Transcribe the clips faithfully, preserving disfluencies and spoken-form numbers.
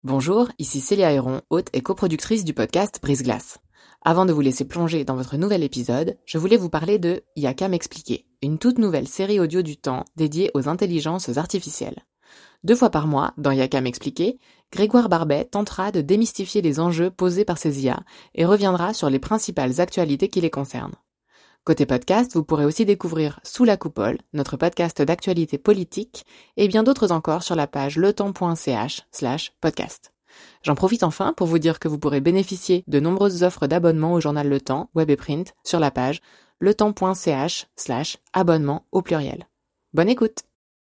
Bonjour, ici Célia Héron, hôte et coproductrice du podcast Brise-Glace. Avant de vous laisser plonger dans votre nouvel épisode, je voulais vous parler de Y'a qu'à m'expliquer, une toute nouvelle série audio du temps dédiée aux intelligences artificielles. Deux fois par mois, dans Y'a qu'à m'expliquer, Grégoire Barbet tentera de démystifier les enjeux posés par ces I A et reviendra sur les principales actualités qui les concernent. Côté podcast, vous pourrez aussi découvrir Sous la coupole, notre podcast d'actualité politique, et bien d'autres encore sur la page letemps.ch slash podcast. J'en profite enfin pour vous dire que vous pourrez bénéficier de nombreuses offres d'abonnement au journal Le Temps, web et print, sur la page letemps.ch slash abonnement au pluriel. Bonne écoute!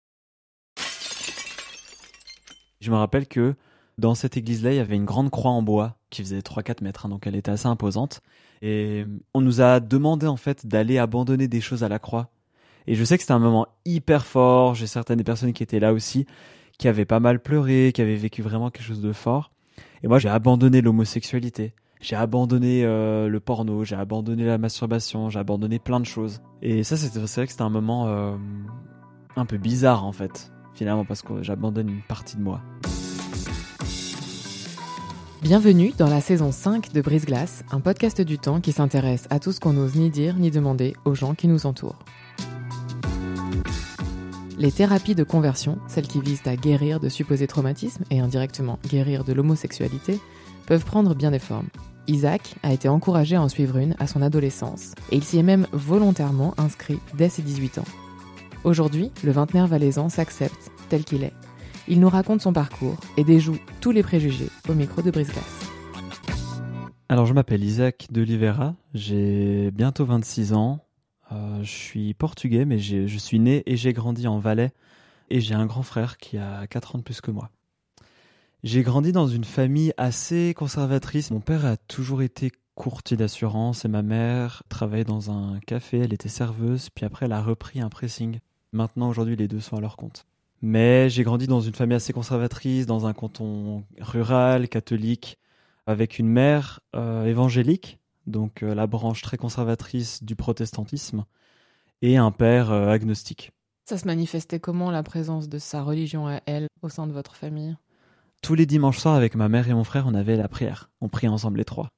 Je me rappelle que dans cette église-là, il y avait une grande croix en bois qui faisait trois à quatre mètres, hein, donc elle était assez imposante. Et on nous a demandé en fait d'aller abandonner des choses à la croix. Et je sais que c'était un moment hyper fort. J'ai certaines des personnes qui étaient là aussi, qui avaient pas mal pleuré, qui avaient vécu vraiment quelque chose de fort. Et moi, j'ai abandonné l'homosexualité. J'ai abandonné euh, le porno, j'ai abandonné la masturbation, j'ai abandonné plein de choses. Et ça, c'est, c'est vrai que c'était un moment euh, un peu bizarre en fait, finalement, parce que j'abandonne une partie de moi. Bienvenue dans la saison cinq de Brise-Glace, un podcast du temps qui s'intéresse à tout ce qu'on n'ose ni dire ni demander aux gens qui nous entourent. Les thérapies de conversion, celles qui visent à guérir de supposés traumatismes et indirectement guérir de l'homosexualité, peuvent prendre bien des formes. Isaac a été encouragé à en suivre une à son adolescence, et il s'y est même volontairement inscrit dès ses dix-huit ans. Aujourd'hui, le vingtenaire valaisan s'accepte tel qu'il est. Il nous raconte son parcours et déjoue tous les préjugés au micro de Brise-Glace. Alors, je m'appelle Isaac de Oliveira, j'ai bientôt vingt-six ans. Euh, je suis portugais, mais j'ai, je suis né et j'ai grandi en Valais. Et j'ai un grand frère qui a quatre ans de plus que moi. J'ai grandi dans une famille assez conservatrice. Mon père a toujours été courtier d'assurance et ma mère travaillait dans un café. Elle était serveuse, puis après elle a repris un pressing. Maintenant, aujourd'hui, les deux sont à leur compte. Mais j'ai grandi dans une famille assez conservatrice, dans un canton rural, catholique, avec une mère euh, évangélique, donc euh, la branche très conservatrice du protestantisme, et un père euh, agnostique. Ça se manifestait comment, la présence de sa religion à elle au sein de votre famille ? Tous les dimanches soirs, avec ma mère et mon frère, on avait la prière. On priait ensemble les trois.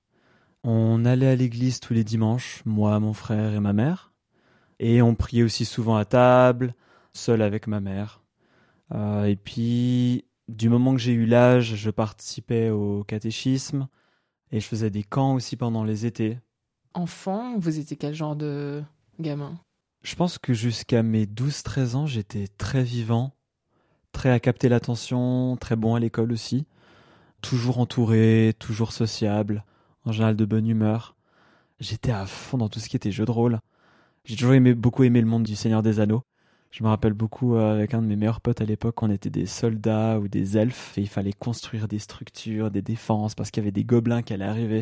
On allait à l'église tous les dimanches, moi, mon frère et ma mère. Et on priait aussi souvent à table, seul avec ma mère. Euh, et puis, du moment que j'ai eu l'âge, je participais au catéchisme et je faisais des camps aussi pendant les étés. Enfant, vous étiez quel genre de gamin ? Je pense que jusqu'à mes douze treize ans, j'étais très vivant, très à capter l'attention, très bon à l'école aussi. Toujours entouré, toujours sociable, en général de bonne humeur. J'étais à fond dans tout ce qui était jeu de rôle. J'ai toujours aimé, beaucoup aimé le monde du Seigneur des Anneaux. Je me rappelle beaucoup euh, avec un de mes meilleurs potes à l'époque, on était des soldats ou des elfes et il fallait construire des structures, des défenses parce qu'il y avait des gobelins qui allaient arriver.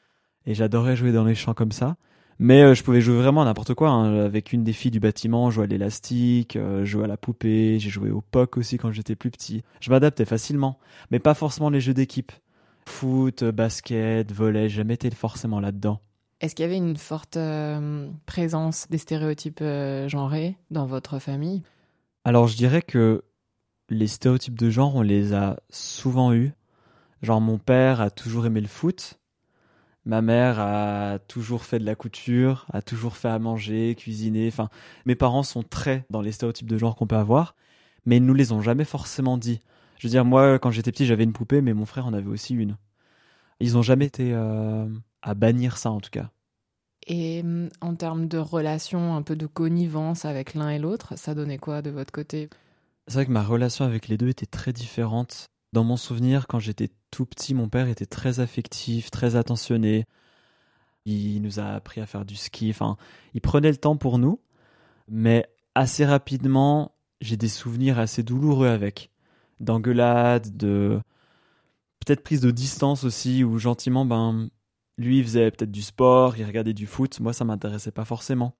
Et j'adorais jouer dans les champs comme ça. Mais euh, je pouvais jouer vraiment à n'importe quoi. Hein. Avec une des filles du bâtiment, je jouais à l'élastique, euh, je jouais à la poupée, j'ai joué au P O C aussi quand j'étais plus petit. Je m'adaptais facilement, mais pas forcément les jeux d'équipe. Foot, basket, volley, j'ai jamais été forcément là-dedans. Est-ce qu'il y avait une forte euh, présence des stéréotypes euh, genrés dans votre famille ? Alors je dirais que les stéréotypes de genre, on les a souvent eus. Genre mon père a toujours aimé le foot, ma mère a toujours fait de la couture, a toujours fait à manger, cuisiner. Enfin, mes parents sont très dans les stéréotypes de genre qu'on peut avoir, mais ils nous les ont jamais forcément dit. Je veux dire, moi, quand j'étais petit, j'avais une poupée, mais mon frère en avait aussi une. Ils ont jamais été euh, à bannir ça, en tout cas. Et hum, en termes de relation, un peu de connivence avec l'un et l'autre, ça donnait quoi de votre côté ? C'est vrai que ma relation avec les deux était très différente. Dans mon souvenir, quand j'étais tout petit, mon père était très affectif, très attentionné. Il nous a appris à faire du ski. Enfin, il prenait le temps pour nous. Mais assez rapidement, j'ai des souvenirs assez douloureux avec. D'engueulades, de... peut-être prise de distance aussi, où gentiment, ben, lui, il faisait peut-être du sport, il regardait du foot. Moi, ça m'intéressait pas forcément.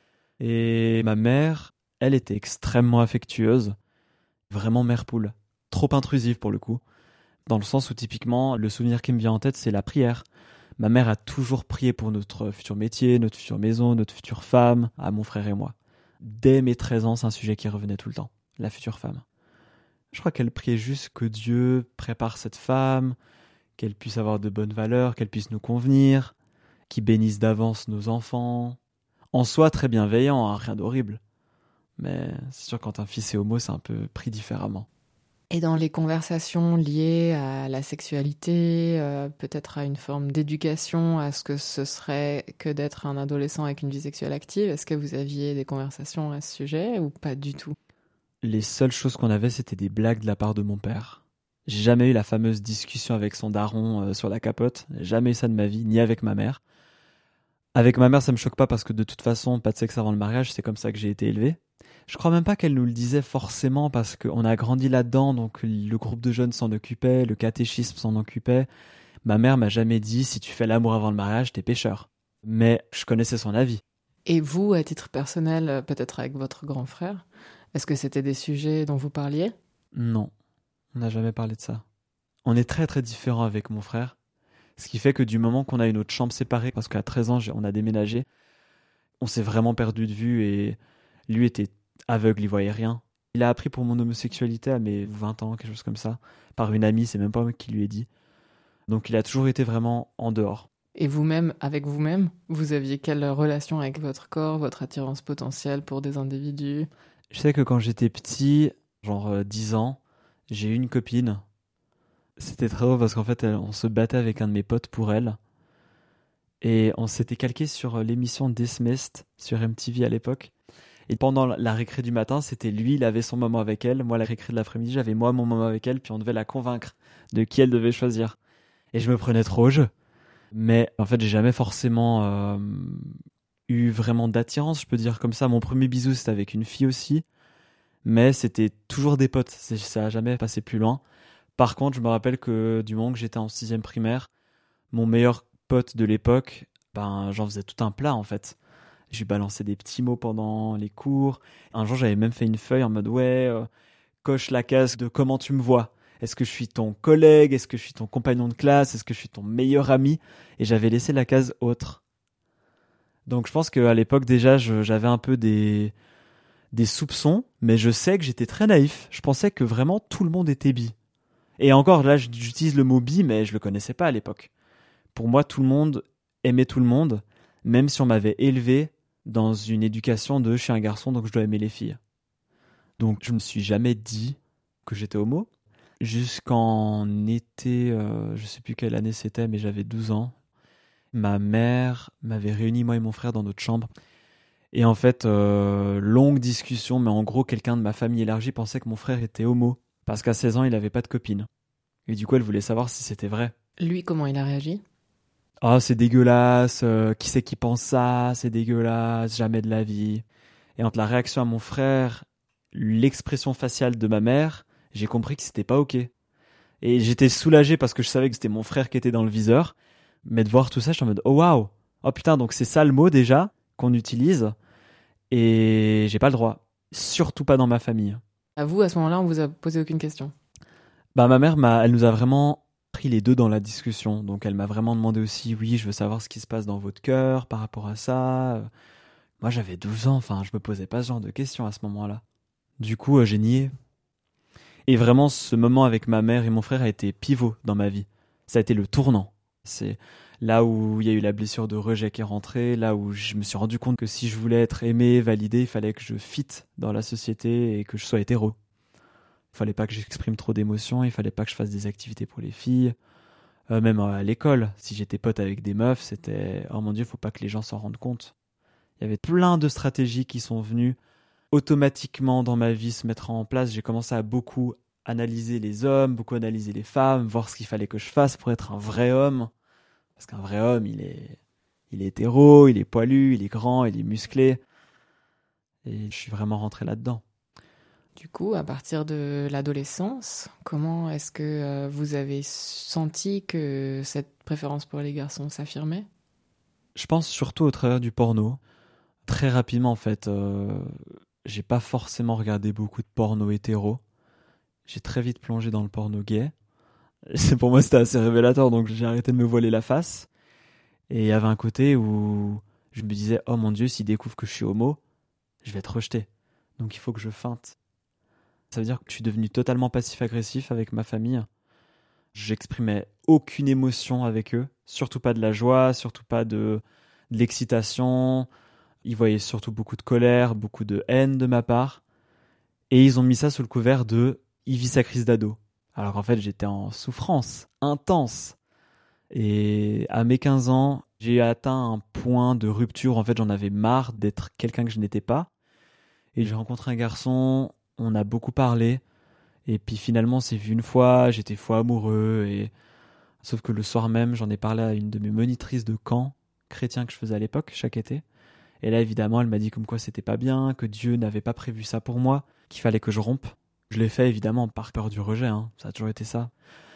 Et ma mère, elle était extrêmement affectueuse. Vraiment mère poule. Trop intrusive pour le coup. Dans le sens où typiquement, le souvenir qui me vient en tête, c'est la prière. Ma mère a toujours prié pour notre futur métier, notre future maison, notre future femme, à mon frère et moi. Dès mes treize ans, c'est un sujet qui revenait tout le temps. La future femme. Je crois qu'elle priait juste que Dieu prépare cette femme, qu'elle puisse avoir de bonnes valeurs, qu'elle puisse nous convenir, qu'il bénisse d'avance nos enfants. En soi, très bienveillant, hein, rien d'horrible. Mais c'est sûr, quand un fils est homo, c'est un peu pris différemment. Et dans les conversations liées à la sexualité, euh, peut-être à une forme d'éducation, à ce que ce serait que d'être un adolescent avec une vie sexuelle active, est-ce que vous aviez des conversations à ce sujet ou pas du tout ? Les seules choses qu'on avait, c'était des blagues de la part de mon père. J'ai jamais eu la fameuse discussion avec son daron euh, sur la capote. J'ai jamais eu ça de ma vie, ni avec ma mère. Avec ma mère, ça me choque pas parce que de toute façon, pas de sexe avant le mariage, c'est comme ça que j'ai été élevé. Je crois même pas qu'elle nous le disait forcément parce qu'on a grandi là-dedans, donc le groupe de jeunes s'en occupait, le catéchisme s'en occupait. Ma mère m'a jamais dit « si tu fais l'amour avant le mariage, t'es pécheur ». Mais je connaissais son avis. Et vous, à titre personnel, peut-être avec votre grand frère, est-ce que c'était des sujets dont vous parliez ? Non, on n'a jamais parlé de ça. On est très très différents avec mon frère. Ce qui fait que du moment qu'on a une autre chambre séparée, parce qu'à treize ans, on a déménagé, on s'est vraiment perdu de vue et lui était aveugle, il voyait rien. Il a appris pour mon homosexualité à mes vingt ans, quelque chose comme ça, par une amie, c'est même pas moi qui lui ai dit. Donc il a toujours été vraiment en dehors. Et vous-même, avec vous-même, vous aviez quelle relation avec votre corps, votre attirance potentielle pour des individus ? Je sais que quand j'étais petit, genre euh, dix ans, j'ai eu une copine. C'était très drôle parce qu'en fait, elle, on se battait avec un de mes potes pour elle. Et on s'était calqué sur l'émission Dismissed sur M T V à l'époque. Et pendant la récré du matin, c'était lui, il avait son moment avec elle. Moi, la récré de l'après-midi, j'avais moi mon moment avec elle. Puis on devait la convaincre de qui elle devait choisir. Et je me prenais trop au jeu. Mais en fait, j'ai jamais forcément euh, eu vraiment d'attirance, je peux dire comme ça. Mon premier bisou, c'était avec une fille aussi. Mais c'était toujours des potes. C'est, ça a jamais passé plus loin. Par contre, je me rappelle que du moment que j'étais en sixième primaire, mon meilleur pote de l'époque, ben, j'en faisais tout un plat en fait. Je lui balançais des petits mots pendant les cours. Un jour, j'avais même fait une feuille en mode « Ouais, euh, coche la case de comment tu me vois. Est-ce que je suis ton collègue? Est-ce que je suis ton compagnon de classe? Est-ce que je suis ton meilleur ami ?» Et j'avais laissé la case « Autre ». Donc je pense qu'à l'époque déjà, je, j'avais un peu des, des soupçons, mais je sais que j'étais très naïf. Je pensais que vraiment tout le monde était bi. Et encore, là, j'utilise le mot bi, mais je le connaissais pas à l'époque. Pour moi, tout le monde aimait tout le monde, même si on m'avait élevé dans une éducation de « je suis un garçon, donc je dois aimer les filles ». Donc je me suis jamais dit que j'étais homo. Jusqu'en été, euh, je sais plus quelle année c'était, mais j'avais douze ans. Ma mère m'avait réuni, moi et mon frère, dans notre chambre. Et en fait, euh, longue discussion, mais en gros, quelqu'un de ma famille élargie pensait que mon frère était homo. Parce qu'à seize ans, il avait pas de copine. Et du coup, elle voulait savoir si c'était vrai. Lui, comment il a réagi ? Ah, oh, c'est dégueulasse, euh, qui c'est qui pense ça, c'est dégueulasse, jamais de la vie. Et entre la réaction à mon frère, l'expression faciale de ma mère, j'ai compris que c'était pas ok. Et j'étais soulagé parce que je savais que c'était mon frère qui était dans le viseur. Mais de voir tout ça, je suis en mode, oh waouh, oh putain, donc c'est ça le mot déjà qu'on utilise. Et j'ai pas le droit. Surtout pas dans ma famille. À vous, à ce moment-là, on vous a posé aucune question ? Bah, ma mère, m'a, elle nous a vraiment pris les deux dans la discussion. Donc elle m'a vraiment demandé aussi, oui, je veux savoir ce qui se passe dans votre cœur par rapport à ça. Moi, j'avais douze ans, enfin, je me posais pas ce genre de questions à ce moment-là. Du coup, euh, j'ai nié. Et vraiment, ce moment avec ma mère et mon frère a été pivot dans ma vie. Ça a été le tournant. C'est là où il y a eu la blessure de rejet qui est rentrée, là où je me suis rendu compte que si je voulais être aimé, validé, il fallait que je fitte dans la société et que je sois hétéro. Il fallait pas que j'exprime trop d'émotions, il fallait pas que je fasse des activités pour les filles. Euh, même à l'école, si j'étais pote avec des meufs, c'était « Oh mon Dieu, faut pas que les gens s'en rendent compte ». Il y avait plein de stratégies qui sont venues automatiquement dans ma vie se mettre en place. J'ai commencé à beaucoup analyser les hommes, beaucoup analyser les femmes, voir ce qu'il fallait que je fasse pour être un vrai homme. Parce qu'un vrai homme, il est, il est hétéro, il est poilu, il est grand, il est musclé. Et je suis vraiment rentré là-dedans. Du coup, à partir de l'adolescence, comment est-ce que euh, vous avez senti que cette préférence pour les garçons s'affirmait ? Je pense surtout au travers du porno. Très rapidement, en fait, euh, j'ai pas forcément regardé beaucoup de porno hétéro. J'ai très vite plongé dans le porno gay. C'est, pour moi, c'était assez révélateur, donc j'ai arrêté de me voiler la face. Et il y avait un côté où je me disais « Oh mon Dieu, s'ils découvrent que je suis homo, je vais être rejeté. Donc il faut que je feinte. » Ça veut dire que je suis devenu totalement passif-agressif avec ma famille. J'exprimais aucune émotion avec eux, surtout pas de la joie, surtout pas de, de l'excitation. Ils voyaient surtout beaucoup de colère, beaucoup de haine de ma part. Et ils ont mis ça sous le couvert de « il vit sa crise d'ado ». Alors en fait, j'étais en souffrance intense. Et à mes quinze ans, j'ai atteint un point de rupture. En fait, j'en avais marre d'être quelqu'un que je n'étais pas. Et j'ai rencontré un garçon, on a beaucoup parlé. Et puis finalement, on s'est vu une fois, j'étais fou amoureux. Et... Sauf que le soir même, j'en ai parlé à une de mes monitrices de camp chrétien que je faisais à l'époque, chaque été. Et là, évidemment, elle m'a dit comme quoi c'était pas bien, que Dieu n'avait pas prévu ça pour moi, qu'il fallait que je rompe. Je l'ai fait évidemment par peur du rejet, hein. Ça a toujours été ça.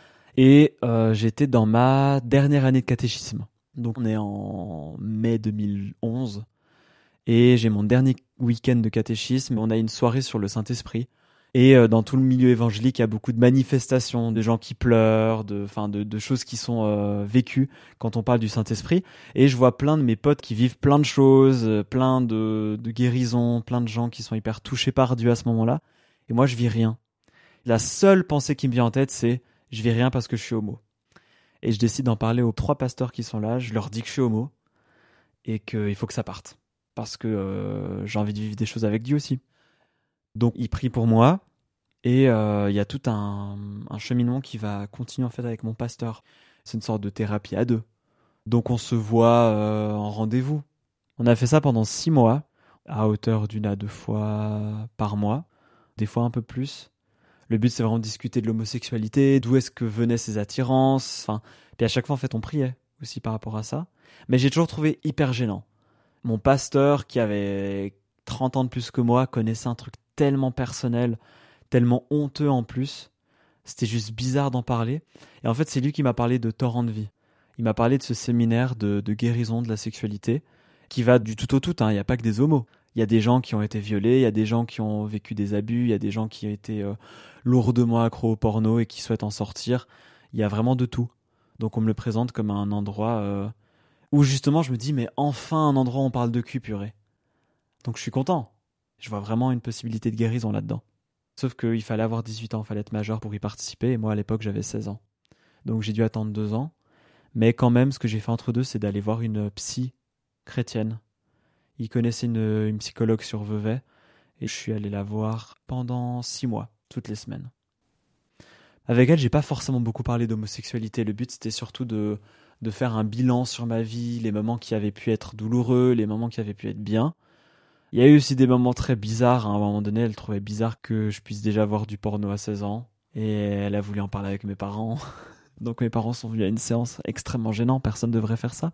Et euh, j'étais dans ma dernière année de catéchisme. Donc on est en mai deux mille onze. Et j'ai mon dernier week-end de catéchisme. On a une soirée sur le Saint-Esprit. Et euh, dans tout le milieu évangélique, il y a beaucoup de manifestations, de gens qui pleurent, de, enfin, de, de choses qui sont euh, vécues quand on parle du Saint-Esprit. Et je vois plein de mes potes qui vivent plein de choses, plein de, de guérisons, plein de gens qui sont hyper touchés par Dieu à ce moment-là. Et moi, je vis rien. La seule pensée qui me vient en tête, c'est « je vis rien parce que je suis homo ». Et je décide d'en parler aux trois pasteurs qui sont là. Je leur dis que je suis homo et qu'il faut que ça parte. Parce que euh, j'ai envie de vivre des choses avec Dieu aussi. Donc, ils prient pour moi. Et il euh, y a tout un, un cheminement qui va continuer en fait avec mon pasteur. C'est une sorte de thérapie à deux. Donc, on se voit euh, en rendez-vous. On a fait ça pendant six mois, à hauteur d'une à deux fois par mois. Des fois un peu plus. Le but, c'est vraiment de discuter de l'homosexualité, d'où est-ce que venaient ces attirances. Enfin, puis à chaque fois, en fait, on priait aussi par rapport à ça. Mais j'ai toujours trouvé hyper gênant. Mon pasteur, qui avait trente ans de plus que moi, connaissait un truc tellement personnel, tellement honteux en plus. C'était juste bizarre d'en parler. Et en fait, c'est lui qui m'a parlé de Torrent de vie. Il m'a parlé de ce séminaire de, de guérison de la sexualité, qui va du tout au tout. Hein. Il n'y a pas que des homos. Il y a des gens qui ont été violés, il y a des gens qui ont vécu des abus, il y a des gens qui ont été euh, lourdement accros au porno et qui souhaitent en sortir. Il y a vraiment de tout. Donc on me le présente comme un endroit euh, où justement je me dis, mais enfin un endroit où on parle de cul, purée. Donc je suis content. Je vois vraiment une possibilité de guérison là-dedans. Sauf qu'il fallait avoir dix-huit ans, il fallait être majeur pour y participer. Et moi à l'époque j'avais seize ans. Donc j'ai dû attendre deux ans. Mais quand même, ce que j'ai fait entre deux, c'est d'aller voir une psy chrétienne. Il connaissait une, une psychologue sur Vevey et je suis allé la voir pendant six mois, toutes les semaines. Avec elle, j'ai pas forcément beaucoup parlé d'homosexualité. Le but, c'était surtout de, de faire un bilan sur ma vie, les moments qui avaient pu être douloureux, les moments qui avaient pu être bien. Il y a eu aussi des moments très bizarres. À un moment donné, elle trouvait bizarre que je puisse déjà voir du porno à seize ans et elle a voulu en parler avec mes parents. Donc mes parents sont venus à une séance extrêmement gênante. Personne ne devrait faire ça.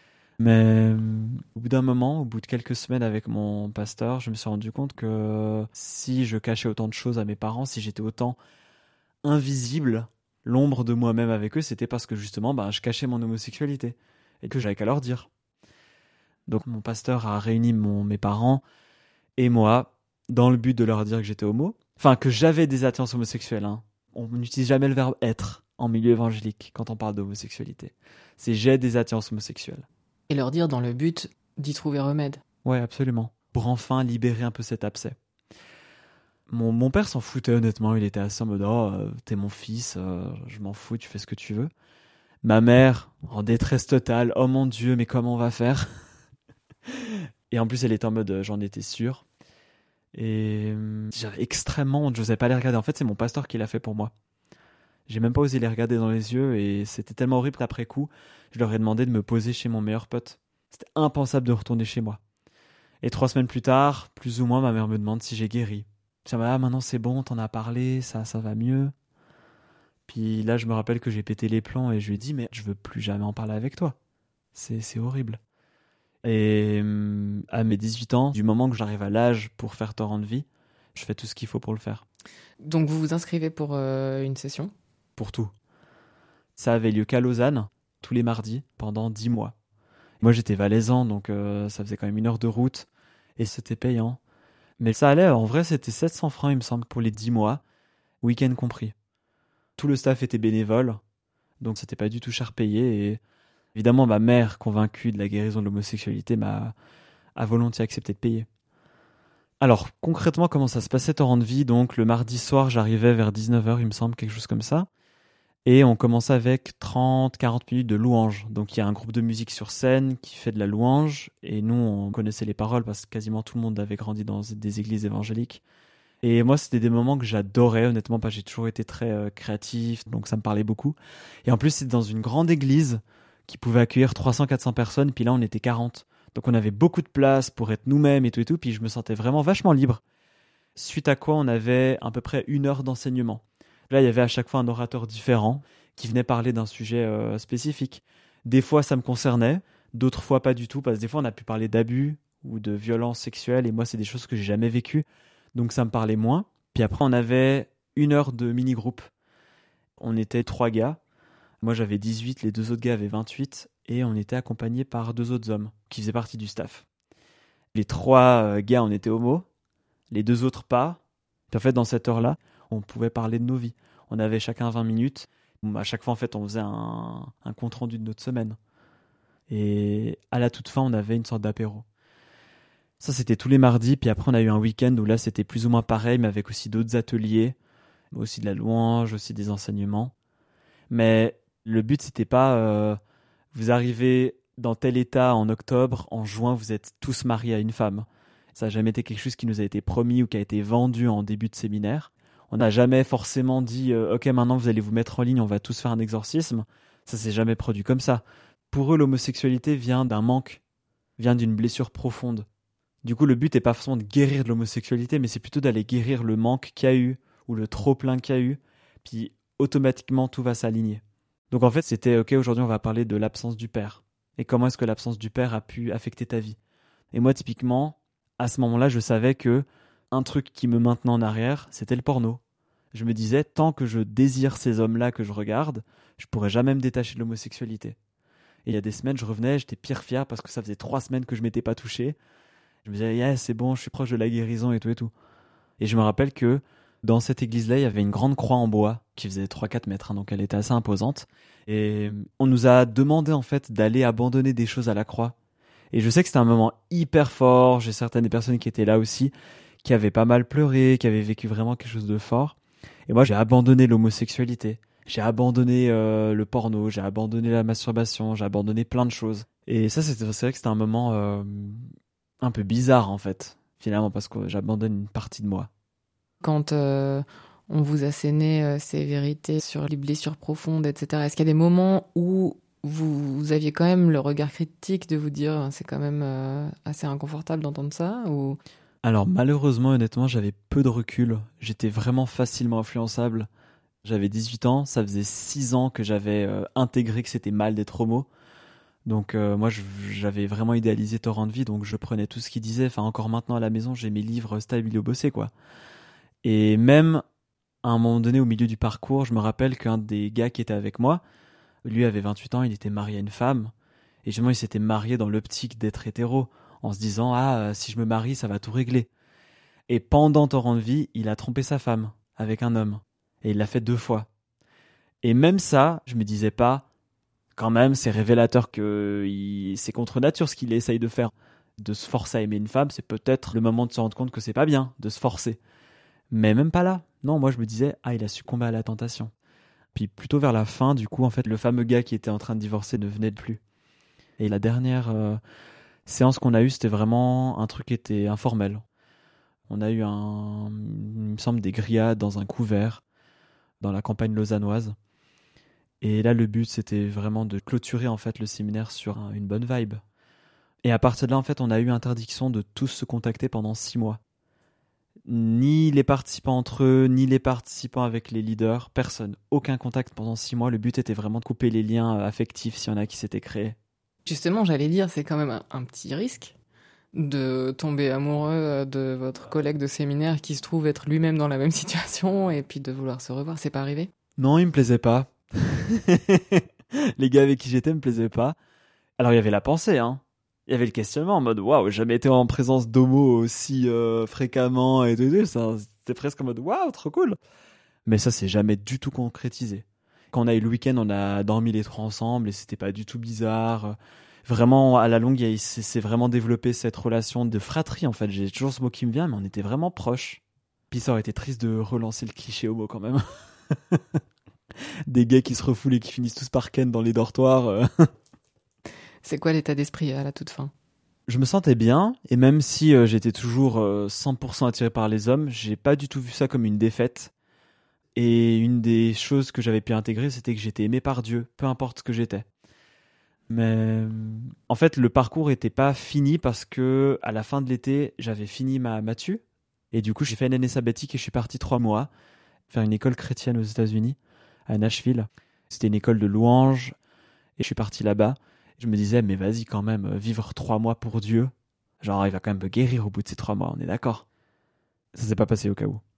Mais au bout d'un moment, au bout de quelques semaines avec mon pasteur, je me suis rendu compte que si je cachais autant de choses à mes parents, si j'étais autant invisible, l'ombre de moi-même avec eux, c'était parce que justement, ben, je cachais mon homosexualité et que j'avais qu'à leur dire. Donc mon pasteur a réuni mon, mes parents et moi dans le but de leur dire que j'étais homo, enfin que j'avais des attirances homosexuelles. Hein. On n'utilise jamais le verbe être en milieu évangélique quand on parle d'homosexualité. C'est j'ai des attirances homosexuelles. Et leur dire dans le but d'y trouver remède. Ouais, absolument. Pour enfin libérer un peu cet abcès. Mon, mon père s'en foutait honnêtement, il était assez en mode « Oh, t'es mon fils, euh, je m'en fous, tu fais ce que tu veux. » Ma mère, en détresse totale, « Oh mon Dieu, mais comment on va faire ?» Et en plus, elle était en mode « J'en étais sûr. » Et euh, j'avais extrêmement honte, je n'osais pas les regarder. En fait, c'est mon pasteur qui l'a fait pour moi. J'ai même pas osé les regarder dans les yeux et c'était tellement horrible qu'après coup, je leur ai demandé de me poser chez mon meilleur pote. C'était impensable de retourner chez moi. Et trois semaines plus tard, plus ou moins, ma mère me demande si j'ai guéri. Je dis, ah, maintenant c'est bon, t'en as parlé, ça, ça va mieux. Puis là, je me rappelle que j'ai pété les plombs et je lui ai dit, mais je veux plus jamais en parler avec toi. C'est, c'est horrible. Et euh, à mes dix-huit ans, du moment que j'arrive à l'âge pour faire torrent de vie, je fais tout ce qu'il faut pour le faire. Donc vous vous inscrivez pour euh, une session ? Pour tout. Ça avait lieu qu'à Lausanne, tous les mardis, pendant dix mois. Moi, j'étais valaisan, donc euh, ça faisait quand même une heure de route, et c'était payant. Mais ça allait, en vrai, c'était sept cents francs, il me semble, pour les dix mois, week-end compris. Tout le staff était bénévole, donc c'était pas du tout cher payé, et évidemment, ma mère, convaincue de la guérison de l'homosexualité, m'a a volontiers accepté de payer. Alors, concrètement, comment ça se passait Torrent de Vie? Donc, le mardi soir, j'arrivais vers dix-neuf heures, il me semble, quelque chose comme ça. Et on commençait avec trente à quarante minutes de louange. Donc, il y a un groupe de musique sur scène qui fait de la louange. Et nous, on connaissait les paroles parce que quasiment tout le monde avait grandi dans des églises évangéliques. Et moi, c'était des moments que j'adorais, honnêtement, parce que j'ai toujours été très euh, créatif. Donc, ça me parlait beaucoup. Et en plus, c'était dans une grande église qui pouvait accueillir trois cents à quatre cents personnes. Puis là, on était quarante. Donc on avait beaucoup de place pour être nous-mêmes et tout et tout, puis je me sentais vraiment vachement libre. Suite à quoi on avait à peu près une heure d'enseignement. Là, il y avait à chaque fois un orateur différent qui venait parler d'un sujet euh, spécifique. Des fois, ça me concernait, d'autres fois pas du tout, parce que des fois, on a pu parler d'abus ou de violences sexuelles, et moi, c'est des choses que j'ai jamais vécues, donc ça me parlait moins. Puis après, on avait une heure de mini-groupe. On était trois gars. Moi, j'avais dix-huit, les deux autres gars avaient vingt-huit, et on était accompagnés par deux autres hommes qui faisaient partie du staff. Les trois gars, on était homo, les deux autres pas. Puis en fait, dans cette heure-là, on pouvait parler de nos vies. On avait chacun vingt minutes. À chaque fois, en fait, on faisait un, un compte-rendu de notre semaine. Et à la toute fin, on avait une sorte d'apéro. Ça, c'était tous les mardis. Puis après, on a eu un week-end où là, c'était plus ou moins pareil, mais avec aussi d'autres ateliers, aussi de la louange, aussi des enseignements. Mais le but, c'était pas... Euh, vous arrivez dans tel état en octobre, en juin, vous êtes tous mariés à une femme. Ça n'a jamais été quelque chose qui nous a été promis ou qui a été vendu en début de séminaire. On n'a jamais forcément dit euh, « Ok, maintenant vous allez vous mettre en ligne, on va tous faire un exorcisme ». Ça s'est jamais produit comme ça. Pour eux, l'homosexualité vient d'un manque, vient d'une blessure profonde. Du coup, le but n'est pas forcément de guérir de l'homosexualité, mais c'est plutôt d'aller guérir le manque qu'il y a eu ou le trop-plein qu'il y a eu. Puis automatiquement, tout va s'aligner. Donc en fait, c'était « Ok, aujourd'hui, on va parler de l'absence du père. Et comment est-ce que l'absence du père a pu affecter ta vie ?» Et moi, typiquement, à ce moment-là, je savais que un truc qui me maintenait en arrière, c'était le porno. Je me disais, tant que je désire ces hommes-là que je regarde, je pourrais jamais me détacher de l'homosexualité. Et il y a des semaines, je revenais, j'étais pire fier parce que ça faisait trois semaines que je m'étais pas touché. Je me disais, yeah, c'est bon, je suis proche de la guérison et tout et tout. Et je me rappelle que dans cette église-là, il y avait une grande croix en bois qui faisait trois à quatre mètres, hein, donc elle était assez imposante. Et on nous a demandé en fait d'aller abandonner des choses à la croix. Et je sais que c'était un moment hyper fort. J'ai certaines des personnes qui étaient là aussi, qui avaient pas mal pleuré, qui avaient vécu vraiment quelque chose de fort. Et moi, j'ai abandonné l'homosexualité. J'ai abandonné euh, le porno, j'ai abandonné la masturbation, j'ai abandonné plein de choses. Et ça, c'était, c'est vrai que c'était un moment euh, un peu bizarre, en fait, finalement, parce que j'abandonne une partie de moi. Quand euh, on vous a asséné euh, ces vérités sur les blessures profondes, et cetera, est-ce qu'il y a des moments où vous, vous aviez quand même le regard critique de vous dire c'est quand même euh, assez inconfortable d'entendre ça ou... Alors malheureusement, honnêtement, j'avais peu de recul. J'étais vraiment facilement influençable. J'avais dix-huit ans, ça faisait six ans que j'avais euh, intégré que c'était mal d'être homo. Donc euh, moi, je, j'avais vraiment idéalisé Torrent de Vie, donc je prenais tout ce qu'il disait. Enfin, encore maintenant à la maison, j'ai mes livres Stabilo Bossé, quoi. Et même à un moment donné, au milieu du parcours, je me rappelle qu'un des gars qui était avec moi, lui avait vingt-huit ans, il était marié à une femme. Et justement, il s'était marié dans l'optique d'être hétéro, en se disant « Ah, si je me marie, ça va tout régler ». Et pendant Torrent de Vie, il a trompé sa femme avec un homme. Et il l'a fait deux fois. Et même ça, je me disais pas, quand même, c'est révélateur que il... c'est contre nature ce qu'il essaye de faire. De se forcer à aimer une femme, c'est peut-être le moment de se rendre compte que c'est pas bien, de se forcer. Mais même pas là. Non, moi je me disais, ah, il a succombé à la tentation. Puis plutôt vers la fin, du coup, en fait, le fameux gars qui était en train de divorcer ne venait plus. Et la dernière euh, séance qu'on a eue, c'était vraiment un truc qui était informel. On a eu, un, il me semble, des grillades dans un couvert, dans la campagne lausannoise. Et là, le but, c'était vraiment de clôturer en fait le séminaire sur un, une bonne vibe. Et à partir de là, en fait, on a eu interdiction de tous se contacter pendant six mois. Ni les participants entre eux, ni les participants avec les leaders, personne. Aucun contact pendant six mois. Le but était vraiment de couper les liens affectifs s'il y en a qui s'étaient créés. Justement, j'allais dire, c'est quand même un, un petit risque de tomber amoureux de votre collègue de séminaire qui se trouve être lui-même dans la même situation et puis de vouloir se revoir. C'est pas arrivé ? Non, il me plaisait pas. Les gars avec qui j'étais me plaisaient pas. Alors il y avait la pensée, hein. Il y avait le questionnement en mode waouh, j'ai jamais été en présence d'homo aussi euh, fréquemment et tout, ça, c'était presque en mode waouh, trop cool. Mais ça, c'est jamais du tout concrétisé. Quand on a eu le week-end, on a dormi les trois ensemble et c'était pas du tout bizarre. Vraiment, à la longue, il s'est, s'est vraiment développé cette relation de fratrie, en fait. J'ai toujours ce mot qui me vient, mais on était vraiment proches. Puis ça aurait été triste de relancer le cliché homo quand même. Des gays qui se refoulent et qui finissent tous par ken dans les dortoirs. euh. C'est quoi l'état d'esprit à la toute fin? Je me sentais bien, et même si euh, j'étais toujours euh, cent pour cent attiré par les hommes, j'ai pas du tout vu ça comme une défaite. Et une des choses que j'avais pu intégrer, c'était que j'étais aimé par Dieu, peu importe ce que j'étais. Mais en fait, le parcours était pas fini parce que à la fin de l'été, j'avais fini ma matu. Et du coup, j'ai fait une année sabbatique et je suis parti trois mois faire une école chrétienne aux États-Unis, à Nashville. C'était une école de louanges et je suis parti là-bas. Je me disais, mais vas-y quand même, vivre trois mois pour Dieu. Genre, il va quand même me guérir au bout de ces trois mois, on est d'accord. Ça s'est pas passé au cas où.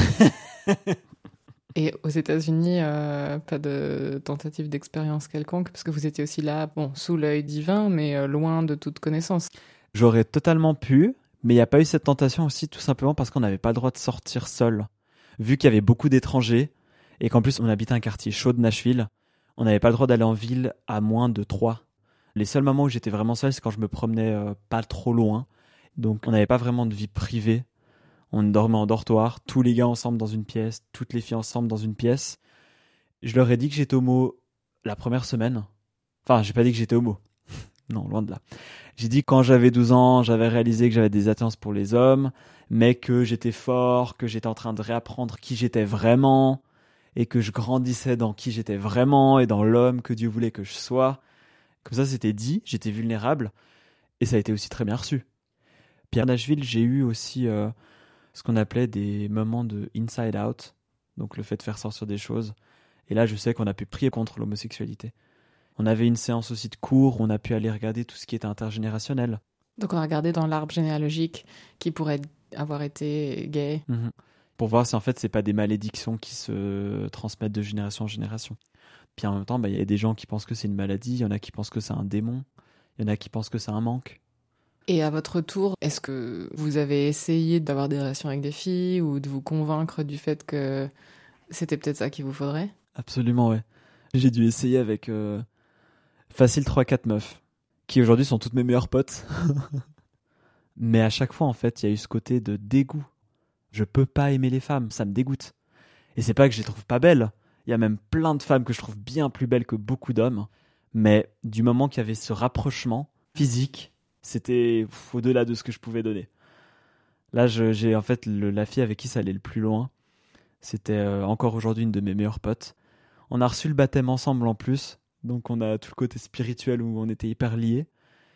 Et aux États-Unis, euh, pas de tentative d'expérience quelconque, parce que vous étiez aussi là, bon, sous l'œil divin, mais euh, loin de toute connaissance. J'aurais totalement pu, mais il n'y a pas eu cette tentation aussi, tout simplement parce qu'on n'avait pas le droit de sortir seul. Vu qu'il y avait beaucoup d'étrangers, et qu'en plus on habitait un quartier chaud de Nashville, on n'avait pas le droit d'aller en ville à moins de trois. Les seuls moments où j'étais vraiment seul, c'est quand je me promenais euh, pas trop loin. Donc on n'avait pas vraiment de vie privée. On dormait en dortoir, tous les gars ensemble dans une pièce, toutes les filles ensemble dans une pièce. Je leur ai dit que j'étais homo la première semaine. Enfin, j'ai pas dit que j'étais homo. Non, loin de là. J'ai dit que quand j'avais douze ans, j'avais réalisé que j'avais des attirances pour les hommes, mais que j'étais fort, que j'étais en train de réapprendre qui j'étais vraiment, et que je grandissais dans qui j'étais vraiment, et dans l'homme que Dieu voulait que je sois. Comme ça, c'était dit, j'étais vulnérable, et ça a été aussi très bien reçu. Puis à Nashville, j'ai eu aussi... Euh, ce qu'on appelait des moments de inside out, donc le fait de faire sortir des choses. Et là, je sais qu'on a pu prier contre l'homosexualité. On avait une séance aussi de cours, on a pu aller regarder tout ce qui était intergénérationnel. Donc on a regardé dans l'arbre généalogique qui pourrait avoir été gay. Mmh. Pour voir si en fait, c'est pas des malédictions qui se transmettent de génération en génération. Puis en même temps, bah, y a des gens qui pensent que c'est une maladie, il y en a qui pensent que c'est un démon, il y en a qui pensent que c'est un manque. Et à votre tour, est-ce que vous avez essayé d'avoir des relations avec des filles ou de vous convaincre du fait que c'était peut-être ça qu'il vous faudrait? Absolument, ouais. J'ai dû essayer avec euh, facile trois quatre meufs, qui aujourd'hui sont toutes mes meilleures potes. Mais à chaque fois, en fait, il y a eu ce côté de dégoût. Je peux pas aimer les femmes, ça me dégoûte. Et c'est pas que je les trouve pas belles. Il y a même plein de femmes que je trouve bien plus belles que beaucoup d'hommes. Mais du moment qu'il y avait ce rapprochement physique, c'était pff, au-delà de ce que je pouvais donner. Là, je, j'ai en fait le, la fille avec qui ça allait le plus loin. C'était euh, encore aujourd'hui une de mes meilleures potes. On a reçu le baptême ensemble en plus. Donc on a tout le côté spirituel où on était hyper liés.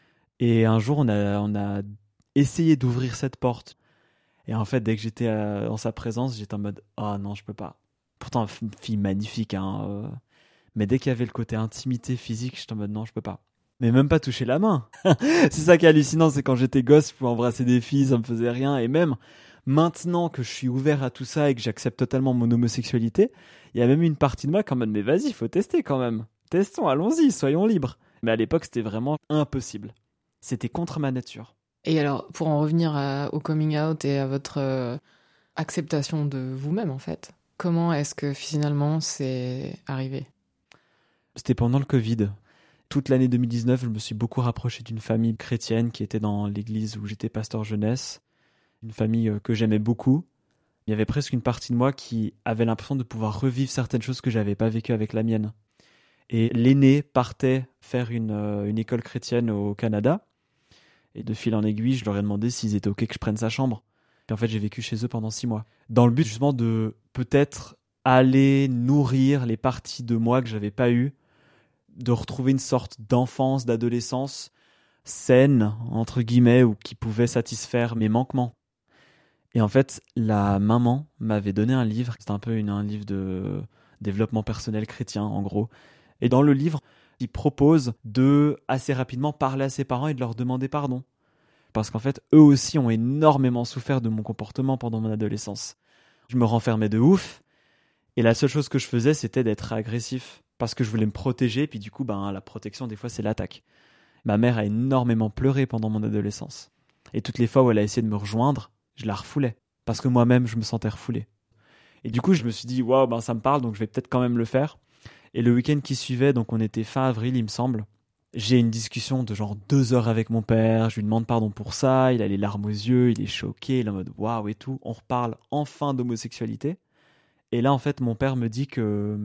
Et un jour, on a, on a essayé d'ouvrir cette porte. Et en fait, dès que j'étais à, en sa présence, j'étais en mode « Ah oh, non, je peux pas ». Pourtant, une fille magnifique. Hein, euh... Mais dès qu'il y avait le côté intimité physique, j'étais en mode « Non, je peux pas ». Mais même pas toucher la main. C'est ça qui est hallucinant, c'est quand j'étais gosse, je pouvais embrasser des filles, ça me faisait rien. Et même maintenant que je suis ouvert à tout ça et que j'accepte totalement mon homosexualité, il y a même une partie de moi qui est en mode mais vas-y, faut tester quand même. Testons, allons-y, soyons libres. Mais à l'époque, c'était vraiment impossible. C'était contre ma nature. Et alors, pour en revenir à, au coming out et à votre euh, acceptation de vous-même, en fait, comment est-ce que finalement c'est arrivé? C'était pendant le Covid. Toute l'année deux mille dix-neuf, je me suis beaucoup rapproché d'une famille chrétienne qui était dans l'église où j'étais pasteur jeunesse. Une famille que j'aimais beaucoup. Il y avait presque une partie de moi qui avait l'impression de pouvoir revivre certaines choses que j'avais pas vécues avec la mienne. Et l'aîné partait faire une, euh, une école chrétienne au Canada. Et de fil en aiguille, je leur ai demandé s'ils étaient OK que je prenne sa chambre. Et en fait, j'ai vécu chez eux pendant six mois. Dans le but justement de peut-être aller nourrir les parties de moi que j'avais pas eues, de retrouver une sorte d'enfance, d'adolescence saine, entre guillemets, ou qui pouvait satisfaire mes manquements. Et en fait, la maman m'avait donné un livre, c'était un peu une, un livre de développement personnel chrétien, en gros. Et dans le livre, il propose de, assez rapidement, parler à ses parents et de leur demander pardon. Parce qu'en fait, eux aussi ont énormément souffert de mon comportement pendant mon adolescence. Je me renfermais de ouf, et la seule chose que je faisais, c'était d'être agressif. Parce que je voulais me protéger, puis du coup, ben, la protection, des fois, c'est l'attaque. Ma mère a énormément pleuré pendant mon adolescence. Et toutes les fois où elle a essayé de me rejoindre, je la refoulais. Parce que moi-même, je me sentais refoulé. Et du coup, je me suis dit, waouh, ben, ça me parle, donc je vais peut-être quand même le faire. Et le week-end qui suivait, donc on était fin avril, il me semble, J'ai une discussion de genre deux heures avec mon père, je lui demande pardon pour ça, il a les larmes aux yeux, il est choqué, il est en mode waouh et tout. On reparle enfin d'homosexualité. Et là, en fait, mon père me dit que...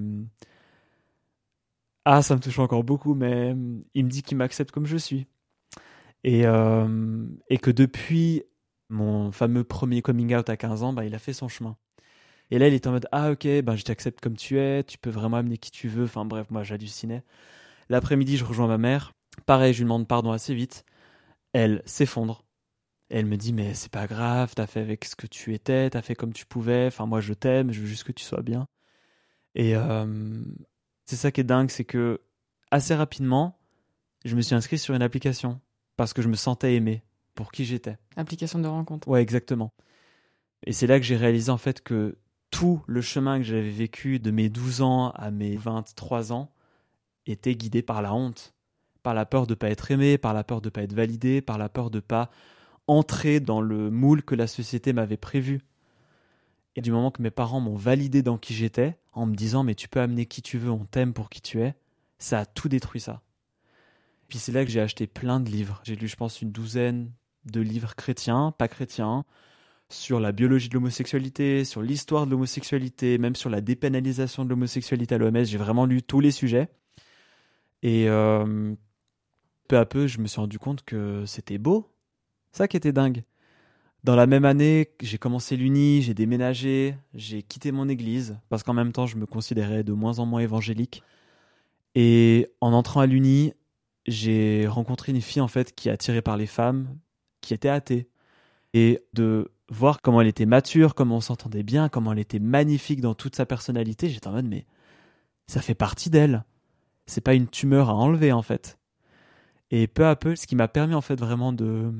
Ah, ça me touche encore beaucoup, mais il me dit qu'il m'accepte comme je suis. Et, euh, et que depuis mon fameux premier coming out à quinze ans, bah, il a fait son chemin. Et là, il était en mode « Ah, ok, bah, je t'accepte comme tu es, tu peux vraiment amener qui tu veux. » Enfin bref, moi, j'hallucinais. L'après-midi, je rejoins ma mère. Pareil, je lui demande pardon assez vite. Elle s'effondre. Et elle me dit « Mais c'est pas grave, t'as fait avec ce que tu étais, t'as fait comme tu pouvais. Enfin, moi, je t'aime, je veux juste que tu sois bien. » Et euh, c'est ça qui est dingue, c'est que assez rapidement, je me suis inscrit sur une application parce que je me sentais aimé pour qui j'étais. Application de rencontre. Ouais, exactement. Et c'est là que j'ai réalisé en fait que tout le chemin que j'avais vécu de mes douze ans à mes vingt-trois ans était guidé par la honte, par la peur de ne pas être aimé, par la peur de ne pas être validé, par la peur de ne pas entrer dans le moule que la société m'avait prévu. Et du moment que mes parents m'ont validé dans qui j'étais, en me disant « mais tu peux amener qui tu veux, on t'aime pour qui tu es », ça a tout détruit ça. Puis c'est là que j'ai acheté plein de livres. J'ai lu, je pense, une douzaine de livres chrétiens, pas chrétiens, sur la biologie de l'homosexualité, sur l'histoire de l'homosexualité, même sur la dépénalisation de l'homosexualité à l'O M S. J'ai vraiment lu tous les sujets. Et euh, peu à peu, je me suis rendu compte que c'était beau. Ça qui était dingue. Dans la même année, j'ai commencé l'Uni, j'ai déménagé, j'ai quitté mon église, parce qu'en même temps, je me considérais de moins en moins évangélique. Et en entrant à l'Uni, j'ai rencontré une fille en fait qui est attirée par les femmes, qui était athée. Et de voir comment elle était mature, comment on s'entendait bien, comment elle était magnifique dans toute sa personnalité, j'étais en mode mais ça fait partie d'elle. C'est pas une tumeur à enlever en fait. Et peu à peu, ce qui m'a permis en fait vraiment de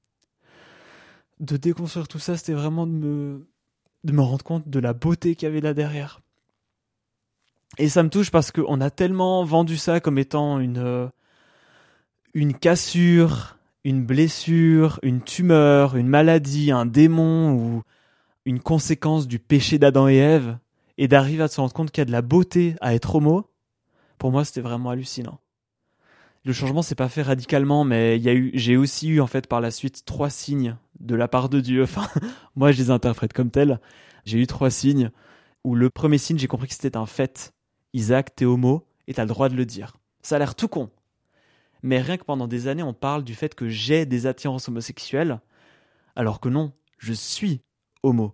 de déconstruire tout ça, c'était vraiment de me de me rendre compte de la beauté qu'il y avait là derrière. Et ça me touche parce qu'on a tellement vendu ça comme étant une une cassure, une blessure, une tumeur, une maladie, un démon ou une conséquence du péché d'Adam et Ève, et d'arriver à se rendre compte qu'il y a de la beauté à être homo, pour moi c'était vraiment hallucinant. Le changement s'est pas fait radicalement, mais il y a eu, j'ai aussi eu en fait par la suite trois signes de la part de Dieu. Enfin, moi je les interprète comme tels. J'ai eu trois signes où le premier signe j'ai compris que c'était un fait. Isaac, t'es homo et t'as le droit de le dire. Ça a l'air tout con. Mais rien que pendant des années on parle du fait que j'ai des attirances homosexuelles, alors que non, je suis homo.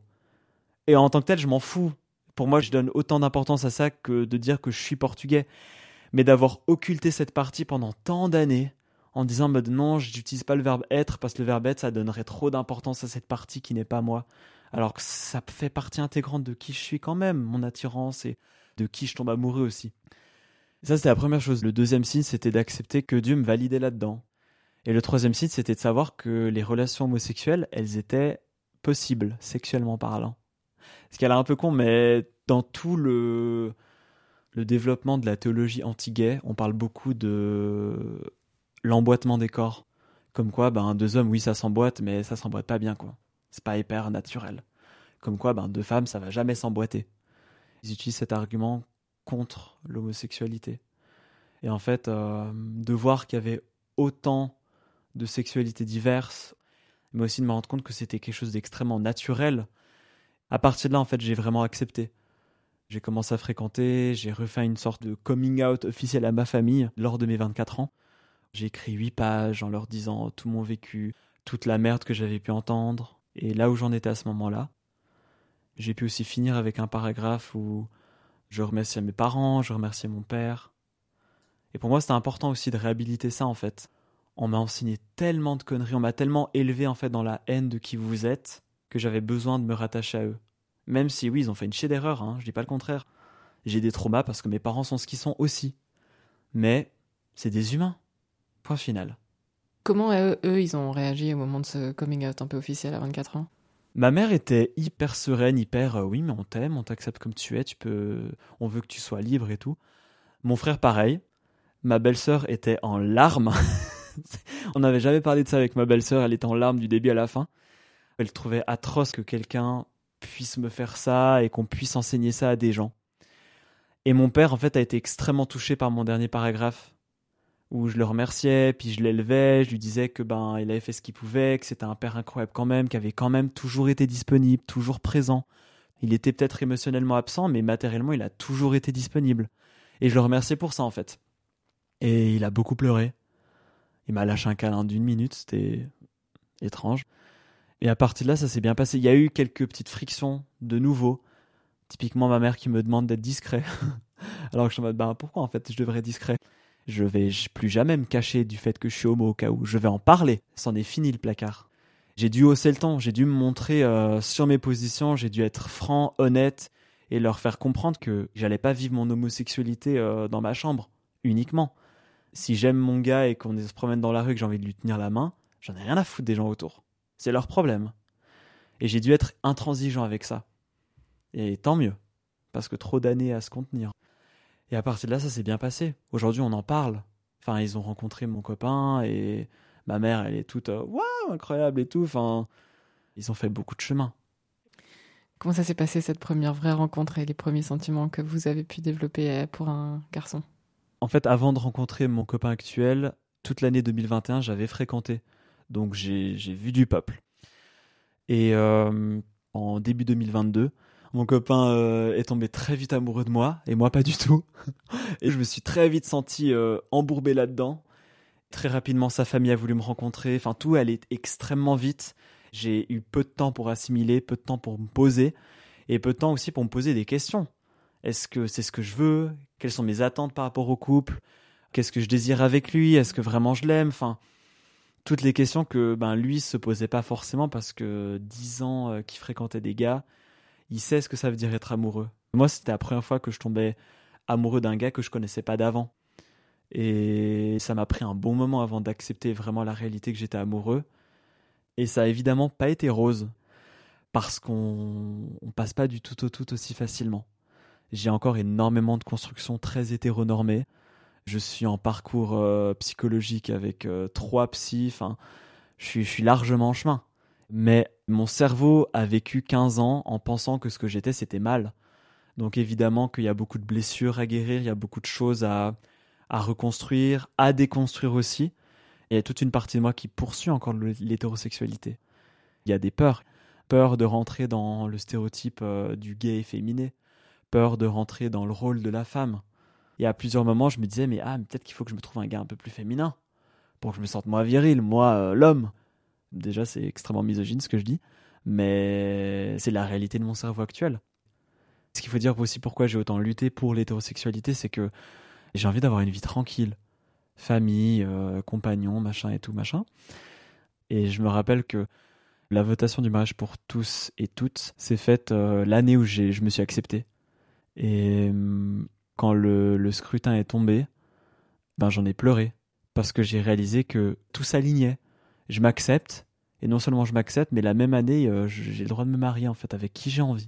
Et en tant que tel, je m'en fous. Pour moi, je donne autant d'importance à ça que de dire que je suis portugais. Mais d'avoir occulté cette partie pendant tant d'années, en disant mode non, je n'utilise pas le verbe être, parce que le verbe être, ça donnerait trop d'importance à cette partie qui n'est pas moi. Alors que ça fait partie intégrante de qui je suis quand même, mon attirance, et de qui je tombe amoureux aussi. Et ça, c'était la première chose. Le deuxième signe, c'était d'accepter que Dieu me validait là-dedans. Et le troisième signe, c'était de savoir que les relations homosexuelles, elles étaient possibles, sexuellement parlant. Ce qui a l'air un peu con, mais dans tout le, le développement de la théologie anti-gay, on parle beaucoup de l'emboîtement des corps. Comme quoi, ben, deux hommes, oui, ça s'emboîte, mais ça s'emboîte pas bien, quoi. C'est pas hyper naturel. Comme quoi, ben, deux femmes, ça va jamais s'emboîter. Ils utilisent cet argument contre l'homosexualité. Et en fait, euh, de voir qu'il y avait autant de sexualités diverses, mais aussi de me rendre compte que c'était quelque chose d'extrêmement naturel. À partir de là, en fait, j'ai vraiment accepté. J'ai commencé à fréquenter, j'ai refait une sorte de coming out officiel à ma famille lors de mes vingt-quatre ans. J'ai écrit huit pages en leur disant tout mon vécu, toute la merde que j'avais pu entendre. Et là où j'en étais à ce moment-là, j'ai pu aussi finir avec un paragraphe où je remerciais mes parents, je remerciais mon père. Et pour moi, c'était important aussi de réhabiliter ça, en fait. On m'a enseigné tellement de conneries, on m'a tellement élevé, en fait, dans la haine de qui vous êtes, que j'avais besoin de me rattacher à eux. Même si, oui, ils ont fait une chier d'erreur, hein, je dis pas le contraire. J'ai des traumas parce que mes parents sont ce qu'ils sont aussi. Mais c'est des humains. Point final. Comment eux, eux, ils ont réagi au moment de ce coming out un peu officiel à vingt-quatre ans ? Ma mère était hyper sereine, hyper euh, oui mais on t'aime, on t'accepte comme tu es, tu peux, on veut que tu sois libre et tout. Mon frère pareil. Ma belle-sœur était en larmes. On n'avait jamais parlé de ça avec ma belle-sœur, elle était en larmes du début à la fin. Elle trouvait atroce que quelqu'un puisse me faire ça et qu'on puisse enseigner ça à des gens. Et mon père en fait a été extrêmement touché par mon dernier paragraphe où je le remerciais, puis je l'élevais, je lui disais que ben il avait fait ce qu'il pouvait, que c'était un père incroyable quand même, qui avait quand même toujours été disponible, toujours présent. Il était peut-être émotionnellement absent, mais matériellement, il a toujours été disponible. Et je le remerciais pour ça, en fait. Et il a beaucoup pleuré. Il m'a lâché un câlin d'une minute, c'était étrange. Et à partir de là, ça s'est bien passé. Il y a eu quelques petites frictions de nouveau. Typiquement, ma mère qui me demande d'être discret. Alors que je suis en mode, ben pourquoi en fait je devrais être discret ? Je vais plus jamais me cacher du fait que je suis homo au cas où. Je vais en parler. C'en est fini le placard. J'ai dû hausser le ton. J'ai dû me montrer euh, sur mes positions. J'ai dû être franc, honnête et leur faire comprendre que j'allais pas vivre mon homosexualité euh, dans ma chambre uniquement. Si j'aime mon gars et qu'on se promène dans la rue et que j'ai envie de lui tenir la main, j'en ai rien à foutre des gens autour. C'est leur problème. Et j'ai dû être intransigeant avec ça. Et tant mieux. Parce que trop d'années à se contenir. Et à partir de là, ça s'est bien passé. Aujourd'hui, on en parle. Enfin, ils ont rencontré mon copain et ma mère, elle est toute euh, waouh, incroyable et tout. Enfin, ils ont fait beaucoup de chemin. Comment ça s'est passé cette première vraie rencontre et les premiers sentiments que vous avez pu développer pour un garçon ? En fait, avant de rencontrer mon copain actuel, toute l'année deux mille vingt et un, j'avais fréquenté. Donc, j'ai, j'ai vu du peuple. Et euh, en début deux mille vingt-deux, mon copain euh, est tombé très vite amoureux de moi, et moi pas du tout. Et je me suis très vite senti euh, embourbé là-dedans. Très rapidement, sa famille a voulu me rencontrer. Enfin, tout allait extrêmement vite. J'ai eu peu de temps pour assimiler, peu de temps pour me poser, et peu de temps aussi pour me poser des questions. Est-ce que c'est ce que je veux ? Quelles sont mes attentes par rapport au couple ? Qu'est-ce que je désire avec lui ? Est-ce que vraiment je l'aime ? Enfin, toutes les questions que ben, lui se posait pas forcément parce que dix ans euh, qu'il fréquentait des gars, il sait ce que ça veut dire être amoureux. Moi, c'était la première fois que je tombais amoureux d'un gars que je connaissais pas d'avant. Et ça m'a pris un bon moment avant d'accepter vraiment la réalité que j'étais amoureux. Et ça a évidemment pas été rose. Parce qu'on on passe pas du tout au tout aussi facilement. J'ai encore énormément de constructions très hétéronormées. Je suis en parcours euh, psychologique avec euh, trois psys. Enfin, je suis, je suis largement en chemin. Mais mon cerveau a vécu quinze ans en pensant que ce que j'étais, c'était mal. Donc évidemment qu'il y a beaucoup de blessures à guérir, il y a beaucoup de choses à, à reconstruire, à déconstruire aussi. Et il y a toute une partie de moi qui poursuit encore l'hétérosexualité. Il y a des peurs. Peur de rentrer dans le stéréotype euh, du gay efféminé. Peur de rentrer dans le rôle de la femme. Et à plusieurs moments, je me disais, mais ah, mais peut-être qu'il faut que je me trouve un gars un peu plus féminin. Pour que je me sente moins viril, moi, euh, l'homme. Déjà, c'est extrêmement misogyne ce que je dis, mais c'est la réalité de mon cerveau actuel. Ce qu'il faut dire aussi pourquoi j'ai autant lutté pour l'hétérosexualité, c'est que j'ai envie d'avoir une vie tranquille. Famille, euh, compagnon, machin et tout, machin. Et je me rappelle que la votation du mariage pour tous et toutes s'est faite euh, l'année où j'ai, je me suis accepté. Et euh, quand le, le scrutin est tombé, ben j'en ai pleuré. Parce que j'ai réalisé que tout s'alignait. Je m'accepte, et non seulement je m'accepte, mais la même année, euh, j'ai le droit de me marier, en fait, avec qui j'ai envie.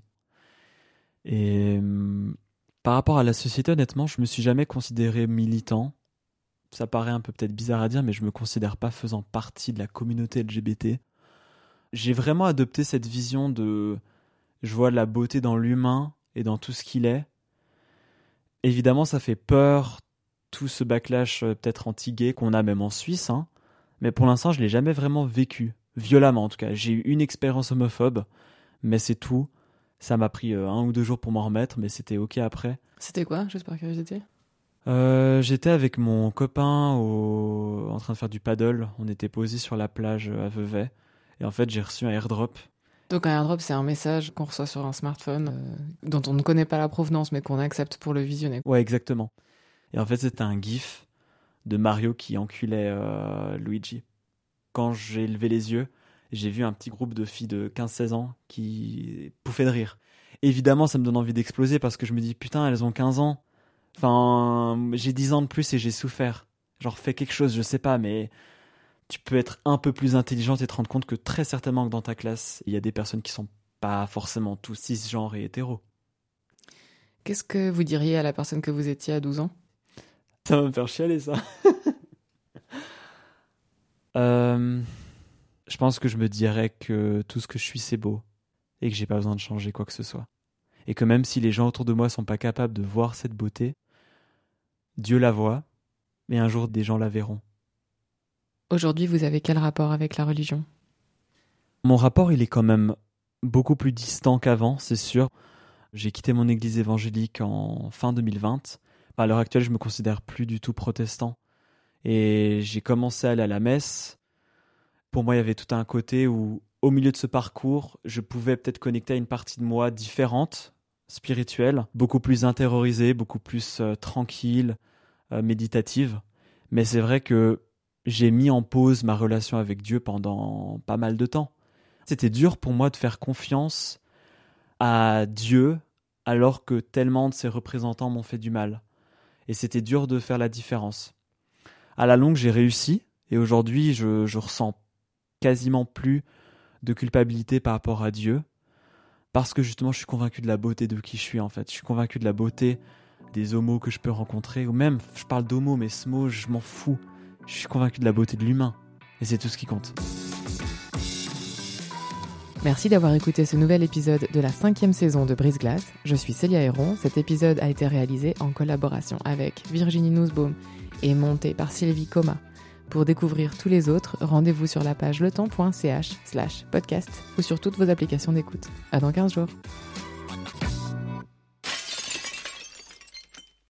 Et euh, par rapport à la société, honnêtement, je me suis jamais considéré militant. Ça paraît un peu peut-être bizarre à dire, mais je me considère pas faisant partie de la communauté L G B T. J'ai vraiment adopté cette vision de... Je vois de la beauté dans l'humain et dans tout ce qu'il est. Évidemment, ça fait peur, tout ce backlash euh, peut-être anti-gay qu'on a même en Suisse, hein. Mais pour l'instant, je ne l'ai jamais vraiment vécu. Violemment, en tout cas. J'ai eu une expérience homophobe, mais c'est tout. Ça m'a pris euh, un ou deux jours pour m'en remettre, mais c'était OK après. C'était quoi, juste par curiosité ? euh, J'étais avec mon copain au... en train de faire du paddle. On était posés sur la plage à Vevey. Et en fait, j'ai reçu un airdrop. Donc un airdrop, c'est un message qu'on reçoit sur un smartphone euh, dont on ne connaît pas la provenance, mais qu'on accepte pour le visionner. Ouais, exactement. Et en fait, c'était un gif de Mario qui enculait euh, Luigi. Quand j'ai levé les yeux, j'ai vu un petit groupe de filles de quinze seize ans qui pouffaient de rire. Évidemment, ça me donne envie d'exploser parce que je me dis, putain, elles ont quinze ans. Enfin, j'ai dix ans de plus et j'ai souffert. Genre, fais quelque chose, je sais pas, mais tu peux être un peu plus intelligente et te rendre compte que très certainement que dans ta classe, il y a des personnes qui sont pas forcément tous cisgenres et hétéros. Qu'est-ce que vous diriez à la personne que vous étiez à douze ans ? Ça va me faire chialer, ça. euh, je pense que je me dirais que tout ce que je suis, c'est beau. Et que j'ai pas besoin de changer quoi que ce soit. Et que même si les gens autour de moi sont pas capables de voir cette beauté, Dieu la voit. et un jour des gens la verront. Aujourd'hui, vous avez quel rapport avec la religion ? Mon rapport, il est quand même beaucoup plus distant qu'avant, c'est sûr. J'ai quitté mon église évangélique en fin deux mille vingt. À l'heure actuelle, je me considère plus du tout protestant. Et j'ai commencé à aller à la messe. Pour moi, il y avait tout un côté où, au milieu de ce parcours, je pouvais peut-être connecter à une partie de moi différente, spirituelle, beaucoup plus intériorisée, beaucoup plus euh, tranquille, euh, méditative. Mais c'est vrai que j'ai mis en pause ma relation avec Dieu pendant pas mal de temps. C'était dur pour moi de faire confiance à Dieu alors que tellement de ses représentants m'ont fait du mal. Et c'était dur de faire la différence. À la longue, j'ai réussi et aujourd'hui, je, je ressens quasiment plus de culpabilité par rapport à Dieu parce que justement, je suis convaincu de la beauté de qui je suis en fait. Je suis convaincu de la beauté des homos que je peux rencontrer ou même, je parle d'homo, mais ce mot, je m'en fous. Je suis convaincu de la beauté de l'humain et c'est tout ce qui compte. Merci d'avoir écouté ce nouvel épisode de la cinquième saison de Brise-Glace. Je suis Célia Héron. Cet épisode a été réalisé en collaboration avec Virginie Nussbaum et monté par Sylvie Coma. Pour découvrir tous les autres, rendez-vous sur la page letemps point c h slash podcast ou sur toutes vos applications d'écoute. À dans quinze jours.